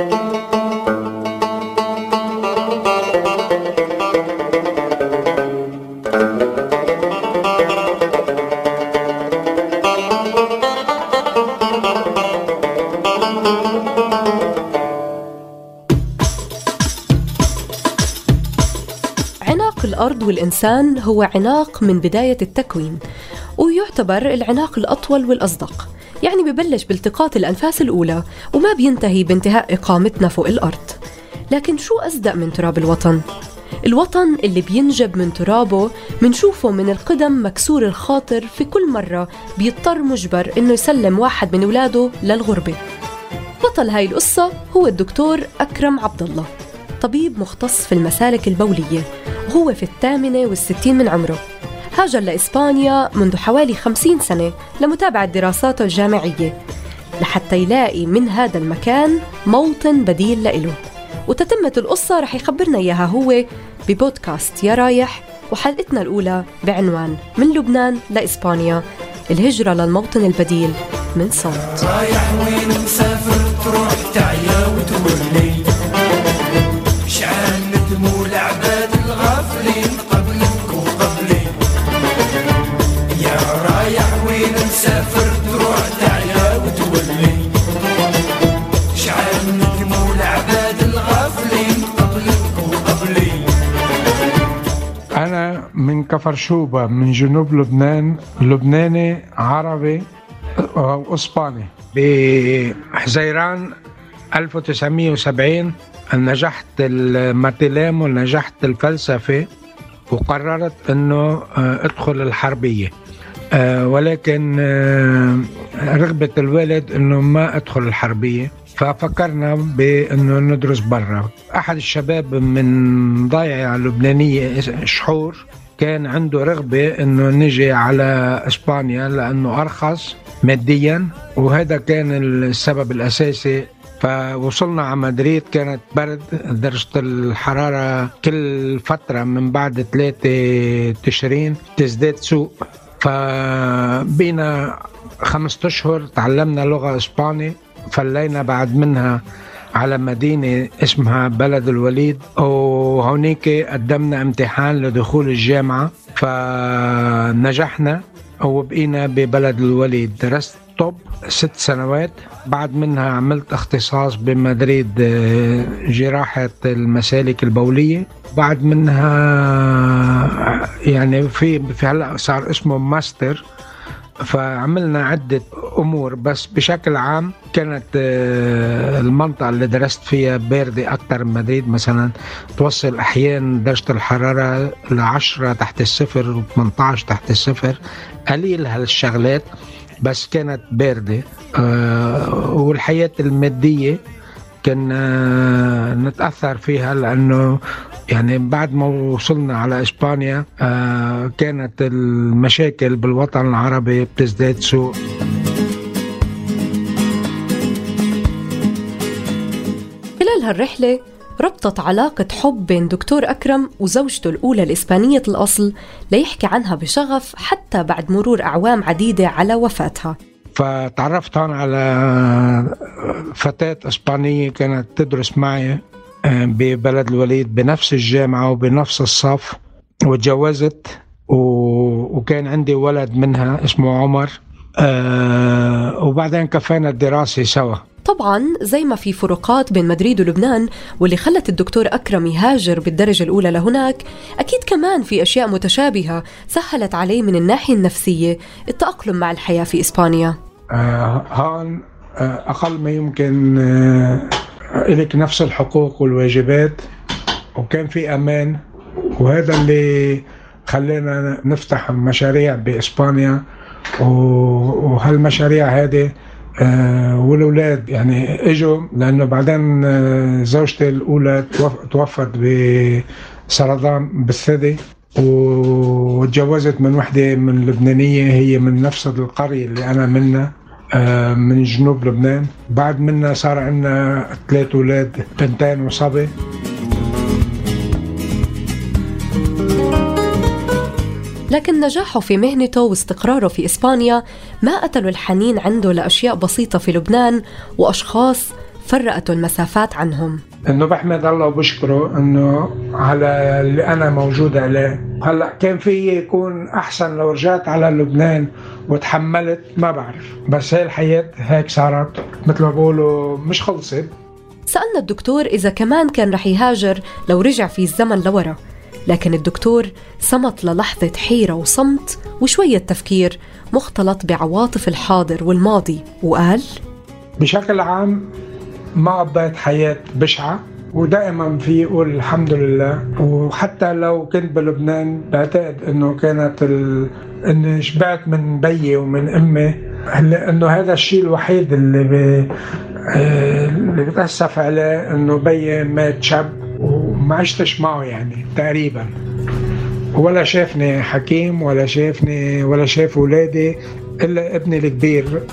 عناق الأرض والإنسان هو عناق من بداية التكوين، ويعتبر العناق الأطول والأصدق، يعني ببلش بالتقاط الأنفاس الأولى وما بينتهي بانتهاء إقامتنا فوق الأرض. لكن شو أصدق من تراب الوطن؟ الوطن اللي بينجب من ترابه منشوفه من القدم مكسور الخاطر في كل مرة بيضطر مجبر إنه يسلم واحد من أولاده للغربة. بطل هاي القصة هو الدكتور أكرم عبد الله، طبيب مختص في المسالك البولية، وهو في 68 من عمره. هاجر لإسبانيا منذ حوالي 50 سنة لمتابعة دراساته الجامعية لحتى يلاقي من هذا المكان موطن بديل لإله. وتتمة القصة رح يخبرنا إياها هو ببودكاست يا رايح، وحلقتنا الأولى بعنوان من لبنان لإسبانيا، الهجرة للموطن البديل من صوت. رايح وين مسافر تروح تعيا وتولي، شعال ندموا العباد الغافلين قبلك وقبلي. يا رايح وين مسافر تروح تعيا وتولي، شعال ندموا العباد الغافلين قبلك وقبلي. أنا من كفر شوبة من جنوب لبنان، لبناني عربي وإسباني. بحزيران 1970 نجحت الماتيلام ونجحت الفلسفة، وقررت أنه أدخل الحربية، ولكن رغبة الوالد أنه ما أدخل الحربية، ففكرنا بأنه ندرس برا. أحد الشباب من ضايعة لبنانية شحور كان عنده رغبة أنه نجي على إسبانيا لأنه أرخص ماديا، وهذا كان السبب الأساسي. فوصلنا على مدريد، كانت برد، درجة الحرارة كل فترة من بعد 3 تشرين تزداد سوء. فبينا 5 أشهر تعلمنا لغة إسباني، فلينا بعد منها على مدينة اسمها بلد الوليد، وهونيك قدمنا امتحان لدخول الجامعة فنجحنا وبقينا ببلد الوليد. درست طب 6 سنوات، بعد منها عملت اختصاص بمدريد جراحة المسالك البولية. بعد منها يعني في هلأ صار اسمه ماستر، فعملنا عدة أمور، بس بشكل عام كانت المنطقة اللي درست فيها باردة أكتر من مدريد. مثلا توصل أحيانا درجة الحرارة 10 تحت الصفر و18 تحت الصفر، قليل هالشغلات، بس كانت باردة. والحياة المادية كنا نتأثر فيها، لأنه يعني بعد ما وصلنا على إسبانيا كانت المشاكل بالوطن العربي بتزداد سوء. خلال هالرحلة ربطت علاقة حب بين دكتور أكرم وزوجته الأولى الإسبانية الأصل ليحكي عنها بشغف حتى بعد مرور أعوام عديدة على وفاتها. فتعرفت هون على فتاة إسبانية كانت تدرس معي ببلد الوليد بنفس الجامعة وبنفس الصف، وتجوزت وكان عندي ولد منها اسمه عمر، وبعدين كفينا الدراسة سوا. طبعاً زي ما في فروقات بين مدريد ولبنان واللي خلت الدكتور أكرم يهاجر بالدرجة الأولى لهناك، أكيد كمان في أشياء متشابهة سهلت عليه من الناحية النفسية التأقلم مع الحياة في إسبانيا. هون أقل ما يمكن إليك نفس الحقوق والواجبات، وكان في أمان، وهذا اللي خلينا نفتح مشاريع بإسبانيا. وهالمشاريع هذه والأولاد يعني إجوا، لأنه بعدين زوجتي الأولى توفت بسرطان بالثدي، وتجوزت من وحدة من لبنانية هي من نفس القرية اللي أنا منها، من جنوب لبنان. بعد منا صار عندنا 3 أولاد، 2 وصبي. لكن نجاحه في مهنته واستقراره في إسبانيا ما قتلوا الحنين عنده لأشياء بسيطة في لبنان وأشخاص فرقته المسافات عنهم. إنه بحمد الله وبشكره إنه على اللي أنا موجود عليه. هلأ كان في يكون أحسن لو رجعت على لبنان وتحملت، ما بعرف، بس هاي الحياة هيك صارت، مثل ما بقولوا مش خلصت. سألنا الدكتور إذا كمان كان رح يهاجر لو رجع في الزمن لورا، لكن الدكتور صمت للحظة حيرة وصمت وشوية تفكير مختلط بعواطف الحاضر والماضي، وقال: بشكل عام ما قضيت حياة بشعة، ودائما في يقول الحمد لله. وحتى لو كنت بلبنان بعتقد انه كانت اني شبعت من بيي ومن امي، انه هذا الشيء الوحيد اللي بتأسف عليه، انه بيي مات شاب وما عشتش معه يعني تقريبا، ولا شافني حكيم ولا شاف أولادي إلا ابني الكبير.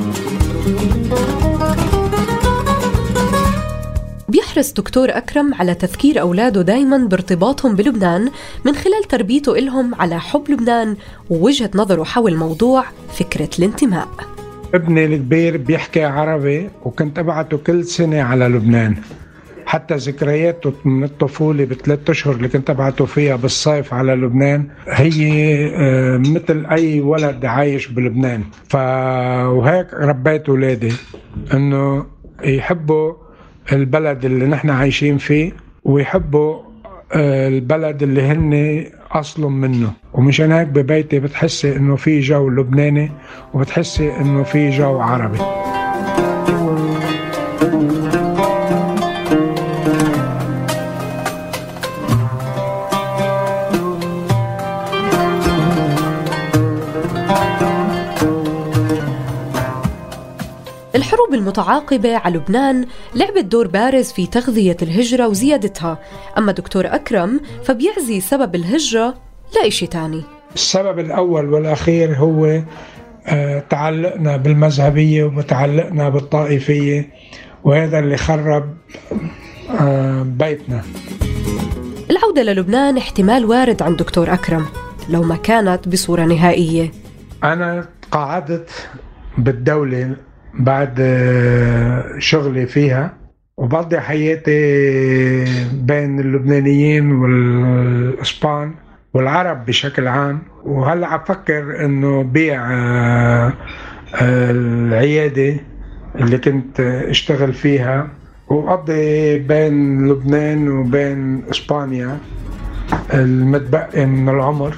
بيحرص دكتور أكرم على تذكير أولاده دايماً بارتباطهم بلبنان من خلال تربيته إلهم على حب لبنان ووجهة نظره حول موضوع فكرة الانتماء. ابني الكبير بيحكي عربي، وكنت أبعته كل سنة على لبنان. حتى ذكرياته من الطفولة ب3 أشهر اللي كنت أبعته فيها بالصيف على لبنان هي مثل أي ولد عايش بلبنان. وهيك ربيت أولادي إنه يحبوا البلد اللي نحن عايشين فيه، ويحبوا البلد اللي هن أصلهم منه. ومشان هيك ببيتي بتحسي إنه في جو لبناني، وبتحسي إنه في جو عربي. الحروب المتعاقبة على لبنان لعبت دور بارز في تغذية الهجرة وزيادتها، أما دكتور أكرم فبيعزي سبب الهجرة لا إشي تاني. السبب الأول والأخير هو تعلقنا بالمذهبية ومتعلقنا بالطائفية، وهذا اللي خرب بيتنا. العودة للبنان احتمال وارد عند دكتور أكرم لو ما كانت بصورة نهائية. أنا قعدت بالدولة بعد شغلي فيها، وبقضي حياتي بين اللبنانيين والإسبان والعرب بشكل عام. وهلأ عم فكر إنه بيع العيادة اللي كنت اشتغل فيها، وقضي بين لبنان وبين إسبانيا المتبقي من العمر.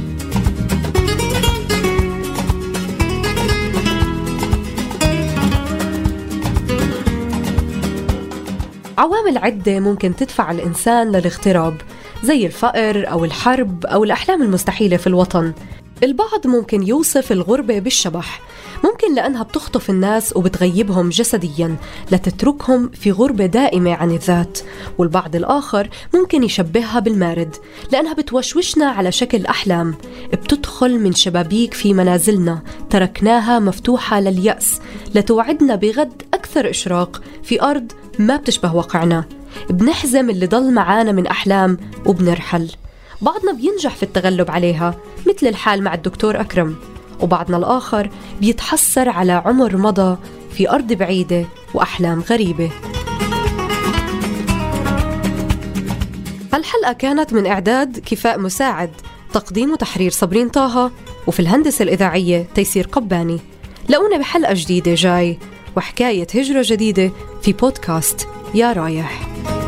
عوامل عدة ممكن تدفع الإنسان للاغتراب، زي الفقر أو الحرب أو الأحلام المستحيلة في الوطن. البعض ممكن يوصف الغربة بالشبح، ممكن لأنها بتخطف الناس وبتغيبهم جسدياً لتتركهم في غربة دائمة عن الذات. والبعض الآخر ممكن يشبهها بالمارد، لأنها بتوشوشنا على شكل أحلام بتدخل من شبابيك في منازلنا تركناها مفتوحة لليأس، لتوعدنا بغد أكثر إشراق في أرض ما بتشبه واقعنا. بنحزم اللي ضل معانا من أحلام وبنرحل. بعضنا بينجح في التغلب عليها مثل الحال مع الدكتور أكرم، وبعضنا الآخر بيتحسر على عمر مضى في أرض بعيدة وأحلام غريبة. الحلقة كانت من إعداد كفاء مساعد، تقديم وتحرير صبرين طه، وفي الهندسة الإذاعية تيسير قباني. لقونا بحلقة جديدة جاي وحكاية هجرة جديدة في بودكاست يا رايح.